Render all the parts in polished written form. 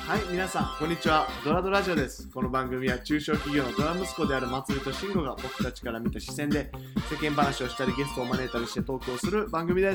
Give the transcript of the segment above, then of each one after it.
はい、皆さん、こんにちは。ドラドラジオです。この番組は中小企業のドラ息子であるまつりとしんごが僕たちから見た視線で世間話をしたりゲストを招いたりしてトークをする番組です。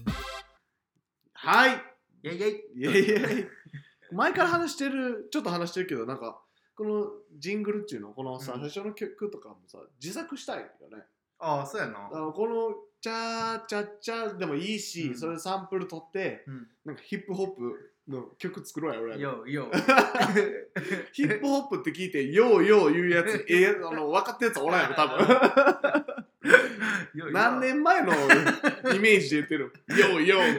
はい。 イェイイェイ。 イェイイェイ。前からちょっと話してるけど、なんか、このジングルっていうの、このさ、最初の曲とかもさ、自作したいよね。 ああ、そうやな。 このチャーチャッチャーでもいいし、それサンプル取って、なんかヒップホップの曲作ろうや、俺。 ヨーヨヒップホップって聞いて、ヨーヨー言うやつ、分かったやつおらんやろ、多分。何年前のイメージで言ってる。ヨーヨーって。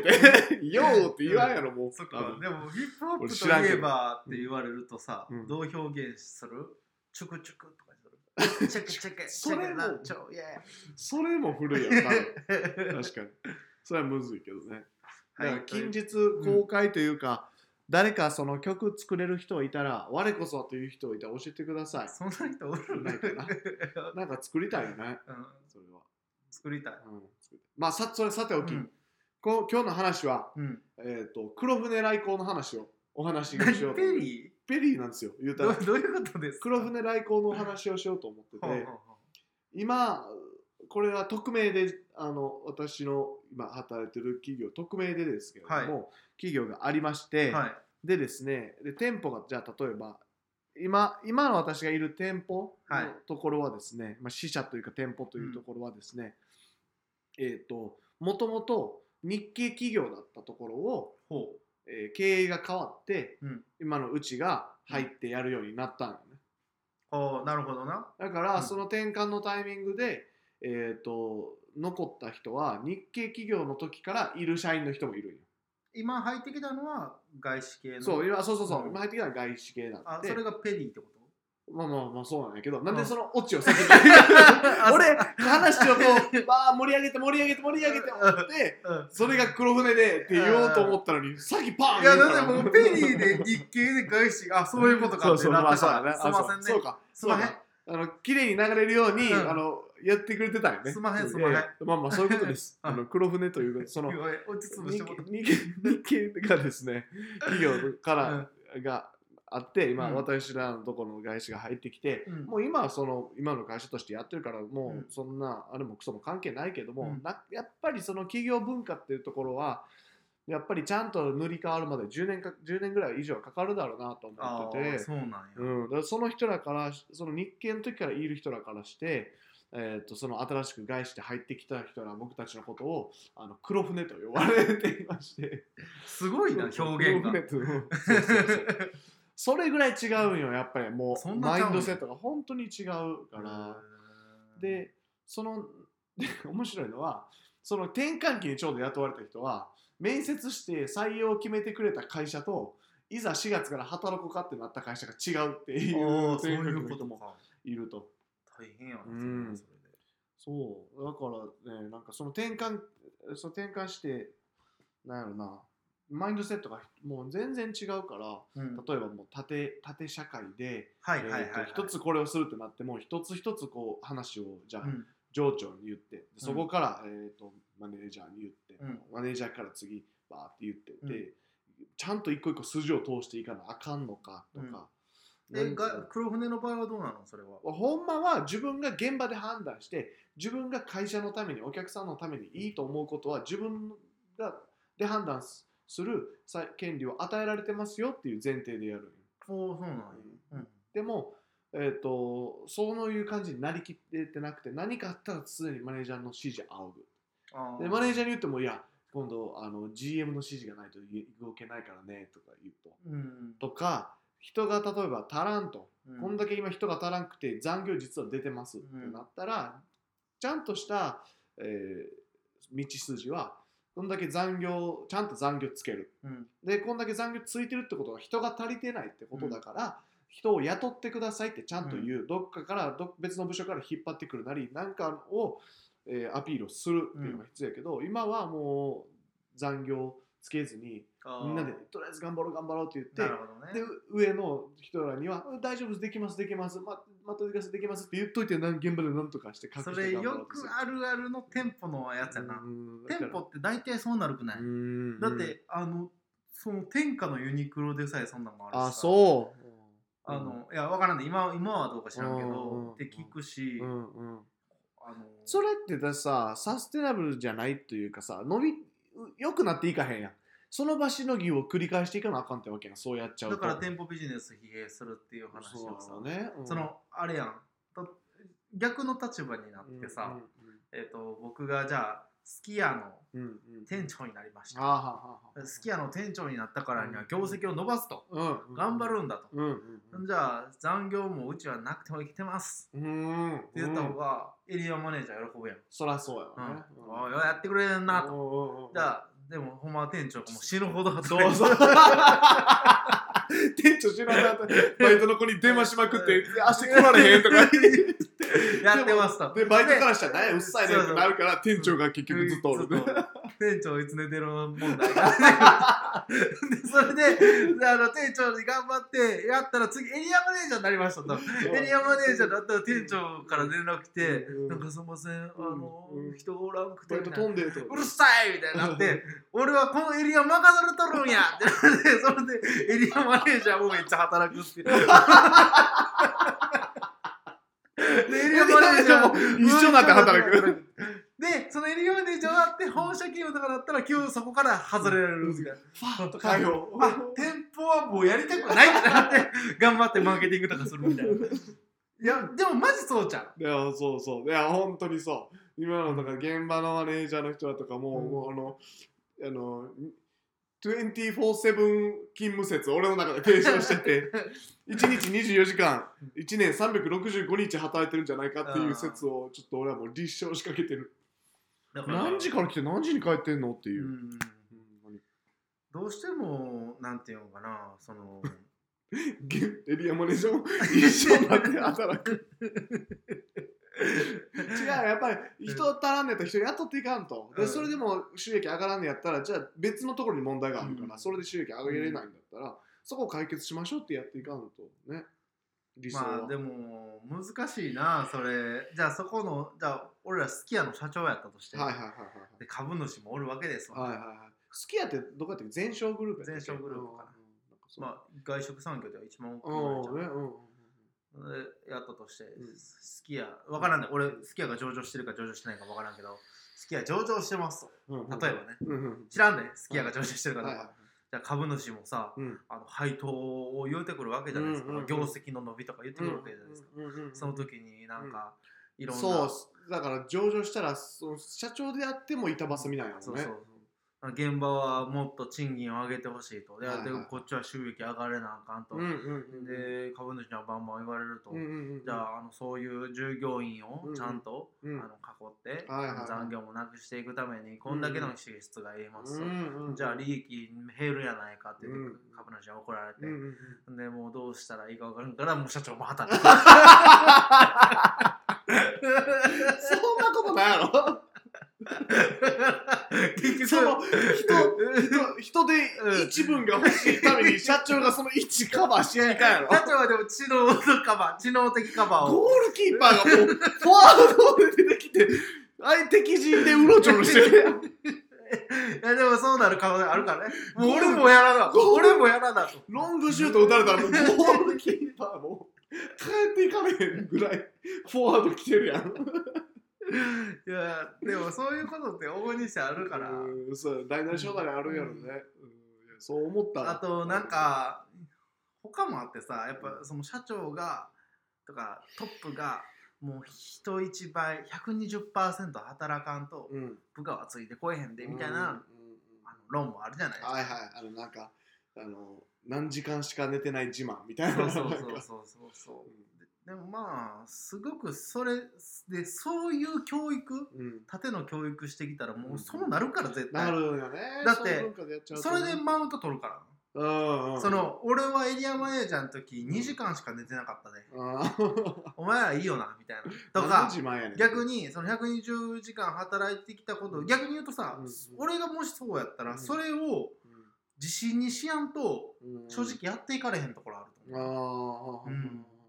ヨーって言わんやろ、もう。 そっか。でもヒップホップといえばって言われるとさ、どう表現する？チュクチュクとかする。チェクチェクそれも古いやん、多分。確かに。それはむずいけどね。だから近日公開というか、誰かその曲作れる人いたら、我こそという人いたら教えてください。 そんな人おるないかな。なんか作りたいよね。それは。 作りたい。 まあ、それさておき、今日の話は、黒船来航の話をお話ししようと。ペリーなんですよ、言うたら。 どういうことですか？ 黒船来航のお話をしようと思ってて、今、これは匿名で、私の今働いてる企業、匿名でですけれども、企業がありまして、でですね、店舗が、じゃあ例えば、今の私がいる店舗のところはですね、支社というか店舗というところはですね、もともと日系企業だったところを、経営が変わって、今のうちが入ってやるようになったんよね。 なるほどな。 だから、その転換のタイミングで、残った人は日系企業の時からいる社員の人もいるんよ。 今入ってきたのは外資系の。 そう、今入ってきたのは外資系なんで。 それがペリーってこと？ まあそうなんやけど、なんでそのオチを先に俺話をこう盛り上げて思ってそれが黒船でって言おうと思ったのに先パーン。 いやだってもうペリーで日系で外資、そういうことかってなったから、すいませんね。 そうか、すいません。綺麗に流れるようにやってくれてたよね。 すいません。 まあそういうことです。黒船というその日系がですね、企業からがあって、今私らのところの外資が入ってきて、もう今は今の会社としてやってるから、もうそんなあれもクソも関係ないけども、やっぱりその企業文化っていうところはやっぱりちゃんと塗り替わるまで10年ぐらい以上かかるだろうなと思ってて、 そうなんや。 だからその人らから、その日系の時からいる人らからして、その新しく外資で入ってきた人ら僕たちのことを黒船と呼ばれていまして、 すごいな表現が。 そうそれぐらい違うんよ、やっぱりもうマインドセットが本当に違うから。で面白いのは、その転換期にちょうど雇われた人は面接して採用を決めてくれた会社と、いざ4月から働こうかってなった会社が違うっていう転換期の人もいると。 大変やな、それで。 そうだからね、なんかその転換してなんやろな、マインドセットがもう全然違うから、例えばもう縦社会で一つこれをするってなっても、一つ一つこう話をじゃあ上長に言って、そこからマネージャーに言って、マネージャーから次バーって言ってで、ちゃんと一個一個筋を通していかなあかんのかとか。 黒船の場合はどうなの？それはほんまは自分が現場で判断して、自分が会社のためにお客さんのためにいいと思うことは自分で判断する権利を与えられてますよっていう前提でやる。 そうなんや。 でもそういう感じになりきっててなくて、何かあったら常にマネージャーの指示仰ぐ。でマネージャーに言っても、いや今度GM の指示がないと動けないからねとか言うと、とか、人が例えば足らんと、こんだけ今人が足らんくて残業実は出てますってなったら、ちゃんとした、道筋はこんだけちゃんと残業つける、でこんだけ残業ついてるってことは人が足りてないってことだから、人を雇ってくださいってちゃんと言う、どっかから別の部署から引っ張ってくるなり何かを、アピールをするっていうのが必要やけど、今はもう残業つけずにみんなでとりあえず頑張ろうって言って、で上の人らには大丈夫です、できます待ってください、できますって言っといて、現場で何とかして隠して頑張ろうとする。それよくあるあるの店舗のやつやな。店舗って大体そうなるくない？だってその天下のユニクロでさえそんなのもあるしさ。 あ、そう。 いや分からんね、今はどうか知らんけど、って聞くし、 それってさ、サステナブルじゃないというかさ、良くなっていかへんやん。その場しのぎを繰り返していかなあかんってわけやん、そうやっちゃうと。 だから店舗ビジネス疲弊するっていう話をさ、 ね、 そのあれやん、逆の立場になってさ、僕がじゃあすき家の店長になりました。すき家の店長になったからには業績を伸ばすと、頑張るんだと、じゃあ残業もうちはなくても生きてますって言った方がエリアマネージャー喜ぶやん。 そりゃそうやわね。 やってくれるなと。じゃあでもほんまは店長がもう死ぬほど働いてる。店長死ぬほど働いてバイトの子に電話しまくって明日来られへんとかやってますと。 でバイトからしたらうっさいねってなるから店長が結局ずっとおる。 店長いつ寝てる問題がでそれで店長に頑張ってやったら次エリアマネージャーになりましたと。エリアマネージャーだったら店長から連絡来て、なんかすいません人がおらんくてうるさいみたいになって俺はこのエリア任されとるんやってなってそれでエリアマネージャーもめっちゃ働くっていう。でエリアマネージャーも一緒になって働く。 で、そのエリアマネージャーがあって本社勤務とかだったら今日そこから外れられるみたいな。店舗はもうやりたくないってなって頑張ってマーケティングとかするみたいな。いや、でもマジそうじゃん。 いや、そうそう。いや、本当にそう。今のとか現場のマネージャーの人だとかもう24/7勤務説俺の中で提唱してて1日24時間1年365日働いてるんじゃないかっていう説をちょっと俺はもう立証しかけてる。何時から来て何時に帰ってんのっていう、 どうしてもなんていうのかな、そのエリアマネージャーも一緒になって働く違う、やっぱり人足らんねやったら人雇っていかんと。でそれでも収益上がらんねやったらじゃあ別のところに問題があるから、それで収益上げれないんだったらそこを解決しましょうってやっていかんとね。理想は。 まあでも難しいなそれ。じゃあそこのじゃあ俺らすき家の社長やったとして、で株主もおるわけですわ。 すき家ってどこやって全商グループ全商グループかな。まあ外食産業では一番大きいじゃん。やったとして、すき家分からんね、俺すき家が上場してるか上場してないか分からんけど、すき家上場してますと、例えばね、知らんね、すき家が上場してるかどうか。じゃあ株主もさ、配当を言うてくるわけじゃないですか、業績の伸びとか言ってくるわけじゃないですか。その時になんかいろんな、 そうだから上場したらその社長であっても板挟みなんやもんね。 現場はもっと賃金を上げてほしいと。で、こっちは収益上がれなあかんと。で、株主にはバンバン言われると。じゃあ、そういう従業員をちゃんと囲って残業もなくしていくためにこんだけの支出がいりますと。じゃあ、利益減るやないかって言って株主は怒られて。で、もうどうしたらいいか分からんから、もう社長も働く。 そんなことないやろその人で一分が欲しいために社長がその1カバーしにかんやろ。 社長はでも知能のカバー、知能的カバーを。 ゴールキーパーがもうフォワードで出てきて相手敵陣でうろちょろしてるやん。 いやでもそうなる可能性あるからね。もう俺もやらなと。俺もやらなと。 ロングシュート打たれたらもうゴールキーパーも帰っていかれへんぐらいフォワード来てるやん。 いやでもそういうことって往々にしてあるから。 そう大なり小なりあるやろね。そう思ったら。 あとなんか他もあってさ、やっぱその社長がとかトップがもう人一倍 120% 働かんと部下はついてこえへんでみたいな論もあるじゃないですか。 はいはい、なんか何時間しか寝てない自慢みたいな。 そう。でもまあすごくそれでそういう教育、縦の教育してきたらもうそうなるから絶対。 なるよね。 だってそれでマウント取るから。その俺はエリアマネージャーの時2時間しか寝てなかったで、お前はいいよなみたいなとか、逆にその120時間働いてきたことを逆に言うとさ、俺がもしそうやったらそれを自信にしやんと正直やっていかれへんところあると思う。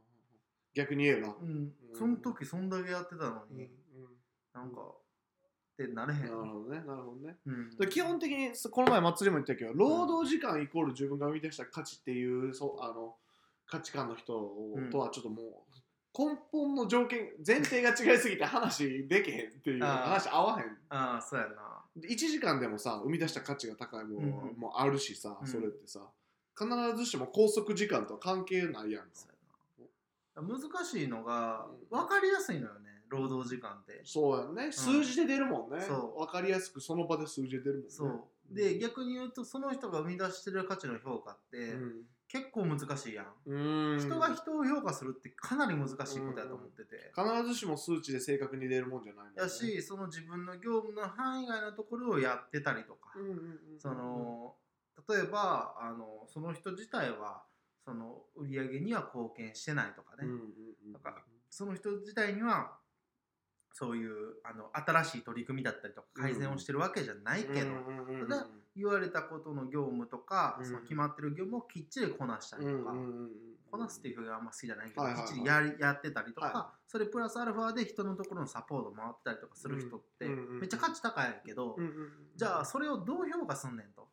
逆に言えば、 その時そんだけやってたのに、なんかってなれへん。 なるほどね、なるほどね。 うん、 基本的にこの前祭りも言ったけど、労働時間イコール自分が生み出した価値っていう価値観の人とはちょっともう根本の条件前提が違いすぎて話できへんっていう話合わへん。 ああ、そうやな。 1時間でもさ生み出した価値が高いものもあるしさ、それってさ必ずしも拘束時間とは関係ないやんか。 難しいのが分かりやすいのよね、労働時間って。 そうやね、数字で出るもんね。分かりやすくその場で数字で出るもんね。 そうで、逆に言うとその人が生み出してる価値の評価って、結構難しいやん。人が人を評価するってかなり難しいことやと思ってて、 必ずしも数値で正確に出るもんじゃないもんね。 やし、その自分の業務の範囲外のところをやってたりとか、例えばその人自体はその売り上げには貢献してないとかね、だからその人自体にはそういう新しい取り組みだったりとか改善をしてるわけじゃないけど、ただ言われたことの業務とか、その決まってる業務をきっちりこなしたりとか、こなすっていう表現はあんま好きじゃないけど、きっちりやってたりとか、それプラスアルファで人のところのサポート回ったりとかする人ってめっちゃ価値高いけど、じゃあそれをどう評価すんねんと。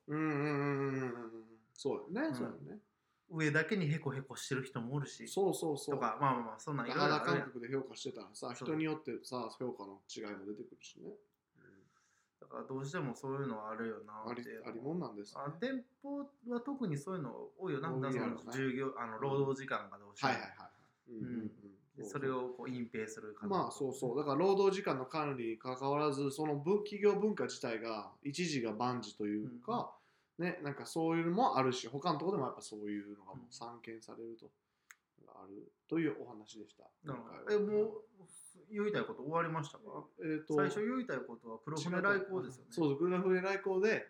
そうよね、そうよね。 上だけにヘコヘコしてる人もおるし、 とか、 まあそんなんいろいろあるやん。 肌感覚で評価してたらさ、人によってさ評価の違いも出てくるしね。 だからどうしてもそういうのはあるよなって。 ありもんなんですね。 店舗は特にそういうの多いよな。労働時間がどうしても。それをこう隠蔽する感じ。 まあそうだから労働時間の管理に関わらず、その企業文化自体が一時が万事というか、ね、なんかそういうのもあるし、他のところでもやっぱそういうのが散見されると、あるというお話でした。 もう言いたいこと終わりましたか？最初言いたいことは黒船来航ですよね。 そう黒船来航で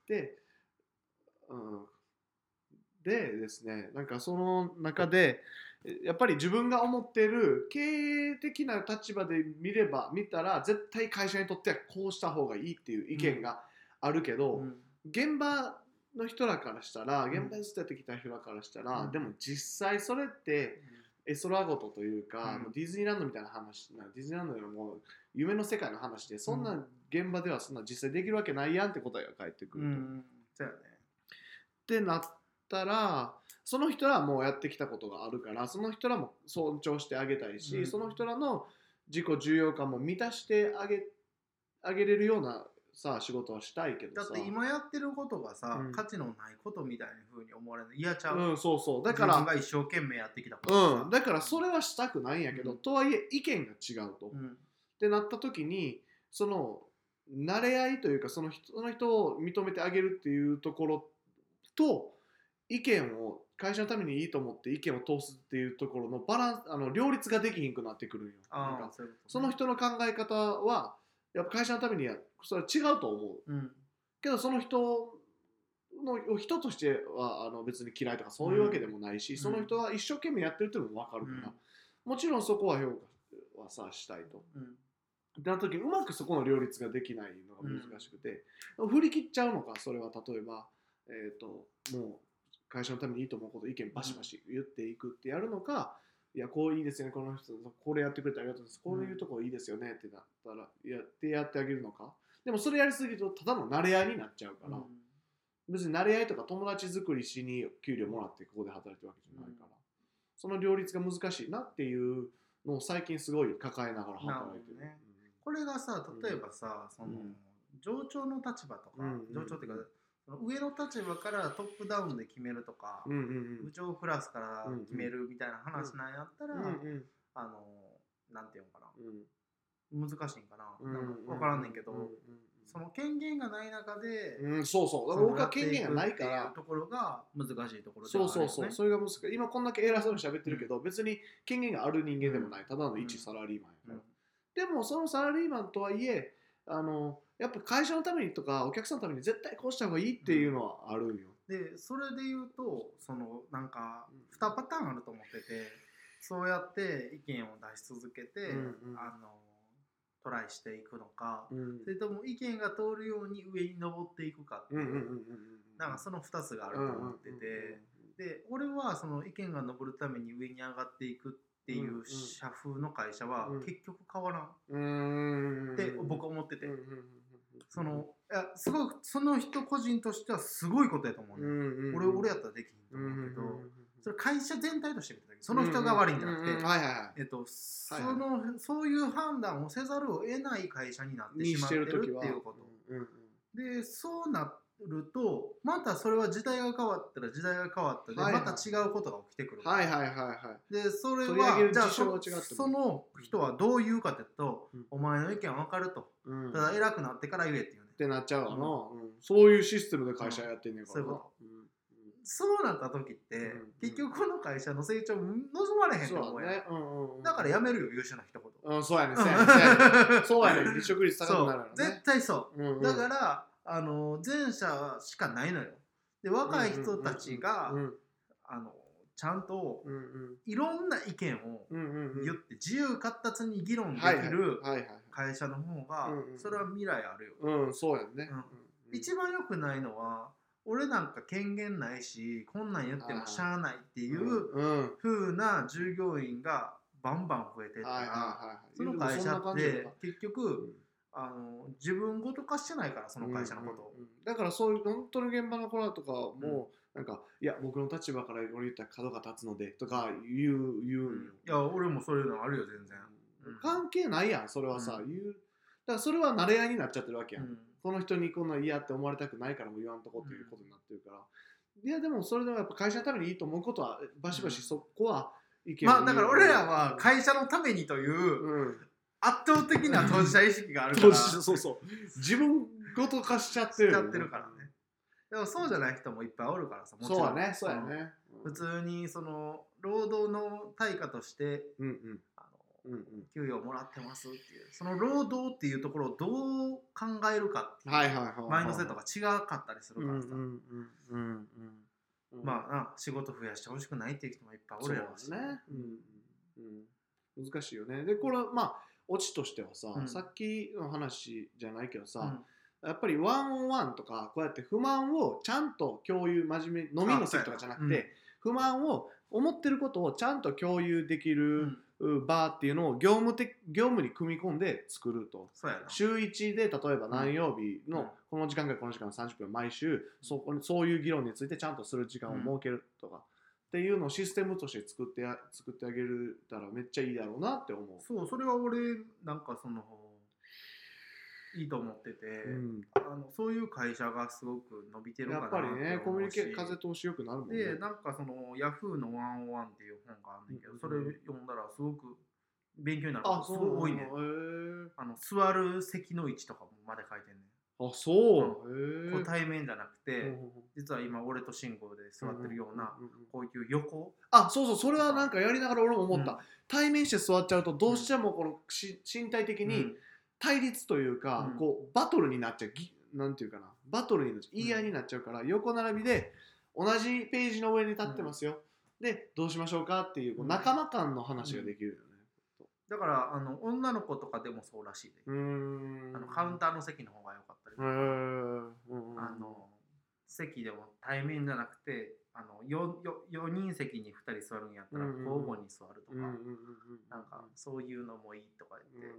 ですね、なんかその中でやっぱり自分が思っている経営的な立場で見たら絶対会社にとってはこうした方がいいっていう意見があるけど、現場の人らからしたら、現場に伝えてきた人らからしたら、でも実際それって絵空事というか、ディズニーランドみたいな話、ディズニーランドよりも夢の世界の話で、そんな現場ではそんな実際できるわけないやんって答えが返ってくると。ってなったら、その人らはもうやってきたことがあるから、その人らも尊重してあげたいし、その人らの自己重要感も満たしてあげれるようなさ仕事はしたいけどさ。 だって今やってることがさ、価値のないことみたいな風に思われるの嫌ちゃう。 そうだから自分が一生懸命やってきたことだからそれはしたくないんやけど、とはいえ意見が違うと、ってなった時に、その慣れ合いというか、その人を認めてあげるっていうところと、意見を会社のためにいいと思って意見を通すっていうところのバランス、両立ができひんくなってくるんよ。その人の考え方はやっぱ会社のためにはそれは違うと思う、けどその人としては別に嫌いとかそういうわけでもないし、その人は一生懸命やってるっていうのも分かるから、もちろんそこは評価はさしたいと、ってなった時にうまくそこの両立ができないのが難しくて、振り切っちゃうのか、それは例えばもう会社のためにいいと思うこと意見バシバシ言っていくってやるのか、いやこういいですよね、この人これやってくれてありがとうございます、こういうとこいいですよねってなったらやってあげるのか。でもそれやりすぎるとただの慣れ合いになっちゃうから、別に慣れ合いとか友達作りしに給料もらってここで働いてるわけじゃないから、その両立が難しいなっていうのを最近すごい抱えながら働いてる。 これがさ、例えばさ、その上長の立場とか、上長っていうか上の立場からトップダウンで決めるとか、部長クラスから決めるみたいな話なんやったら、なんていうのかな、難しいんかな、分からんねんけど、その権限がない中で、 僕は権限がないからところが難しいところではあるよね。それが難しい。今こんだけ偉そうに喋ってるけど、別に権限がある人間でもない、ただの一サラリーマンやから。でもそのサラリーマンとはいえやっぱ会社のためにとかお客さんのために絶対こうした方がいいっていうのはあるんよ。 でそれで言うとなんか2パターンあると思ってて、そうやって意見を出し続けて、トライしていくのか、それとも意見が通るように上に登っていくかっていう、なんかその2つがあると思ってて、で俺はその意見が上るために上に上がっていくっていう社風の会社は結局変わらんって僕は思ってて、いやすごいその人個人としてはすごいことやと思うね。俺やったらできひんと思うけど、それ会社全体として見た時その人が悪いんじゃなくて、そういう判断をせざるを得ない会社になってしまってるっていうことで、そうなるとまたそれは時代が変わったら時代が変わったでまた違うことが起きてくる。でそれはじゃあその人はどう言うかというと、お前の意見は分かると、ただ偉くなってから言えって言うねってなっちゃうわな。そういうシステムで会社やってんねんからな。 そうなった時って、結局この会社の成長望まれへんと思うやん。だから辞めるよ優秀な人ほど。 そうやね。そうやね。離職率高くなるよね。 絶対そう。だから前者しかないのよ。で若い人たちがちゃんといろんな意見を言って自由闊達に議論できる会社の方がそれは未来あるよ。 そうやね。 一番良くないのは俺なんか権限ないしこんなん言ってもしゃあないっていう風な従業員がバンバン増えてったら、その会社って結局自分ごと化してないからその会社のことを。 だからそういう本当の現場の子らとかもなんかいや僕の立場から俺言ったら角が立つのでとか言うんよ。 いや俺もそういうのあるよ全然。 関係ないやんそれはさ。言うだからそれは慣れ合いになっちゃってるわけやん。この人にこんな嫌って思われたくないからも言わんとこっていうことになってるから、いやでもそれでもやっぱ会社のためにいいと思うことはバシバシそこは意見をだから俺らは会社のためにという圧倒的な当事者意識があるから自分ごと化しちゃってるからね。でもそうじゃない人もいっぱいおるからさ。もちろんそうやね。 普通にその労働の対価として給与をもらってますっていうその労働っていうところをどう考えるかっていうマインドセットが違かったりするからさ。まあ仕事増やしてほしくないっていう人もいっぱいおるやろうしね。 難しいよね。でこれはまあオチとしてはさ、さっきの話じゃないけどさ、やっぱりワンオンワンとかこうやって不満をちゃんと共有真面目飲みの席とかじゃなくて、不満を思ってることをちゃんと共有できるバーっていうのを業務に組み込んで作ると。週1で例えば何曜日のこの時間からこの時間30分毎週そういう議論についてちゃんとする時間を設けるとかっていうのをシステムとして作ってあげるたらめっちゃいいだろうなって思う。 それは俺なんかいいと思ってて、そういう会社がすごく伸びてるかなって思うし、やっぱりねコミュニケーション風通しよくなるもんね。 でなんかヤフーの101っていう本があるんだけど、それ読んだらすごく勉強になることすごい多いね。座る席の位置とかまで書いてんねん。こう対面じゃなくて、実は今俺と慎吾で座ってるようなこういう横。 それはなんかやりながら俺も思った。対面して座っちゃうとどうしてもこの身体的に対立というか、こうバトルになっちゃう、なんていうかな、バトルになっちゃう、言い合いになっちゃうから、横並びで同じページの上に立ってますよ、でどうしましょうかっていう仲間間の話ができるよね。 だから女の子とかでもそうらしいで、カウンターの席の方が良かったりとか、席でも対面じゃなくて4人席に2人座るんやったら交互に座るとか、なんかそういうのもいいとか言って、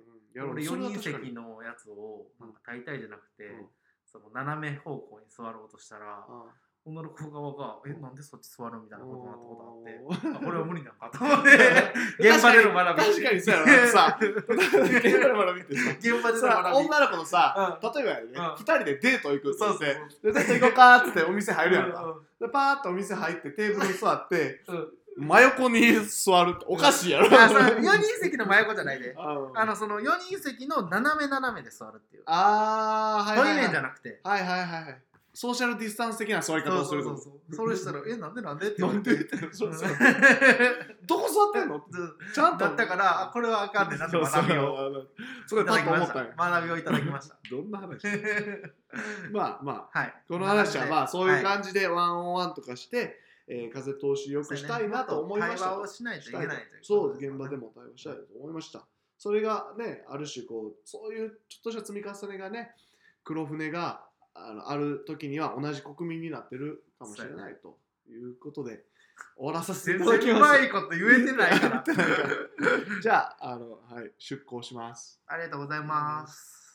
俺4人席のやつをなんか大体じゃなくて、その斜め方向に座ろうとしたら、女の子側がなんでそっち座るみたいなことになったことあって、これは無理なんかと思って現場での学び。 確かにそうやろさ、現場で学びってさ、現場でさ、女の子のさ、例えばね、2人でデート行くって言って、デート行こうかっつってお店入るやんか。でパーッとお店入ってテーブルに座って真横に座るっておかしいやろ。 4人席の真横じゃないで、その4人席の斜めで座るっていう。対面じゃなくて、 ソーシャルディスタンス的な座り方をする。 それしたらなんでって言われて、 どこ座ってんのちゃんとだったから、これはあかんねんなって学びをいただきました。学びをいただきました。 どんな話まあこの話はまあそういう感じでワンオンワンとかして風通しよくしたいなと思いました。 対話をしないといけない。 そう現場でも対話したいと思いました。それがねある種こうそういうちょっとした積み重ねがね、黒船がある時には同じ国民になってるかもしれないということで、 終わらさせていただきます。 うまいこと言えてないからじゃあ、はい、出航します。 ありがとうございます。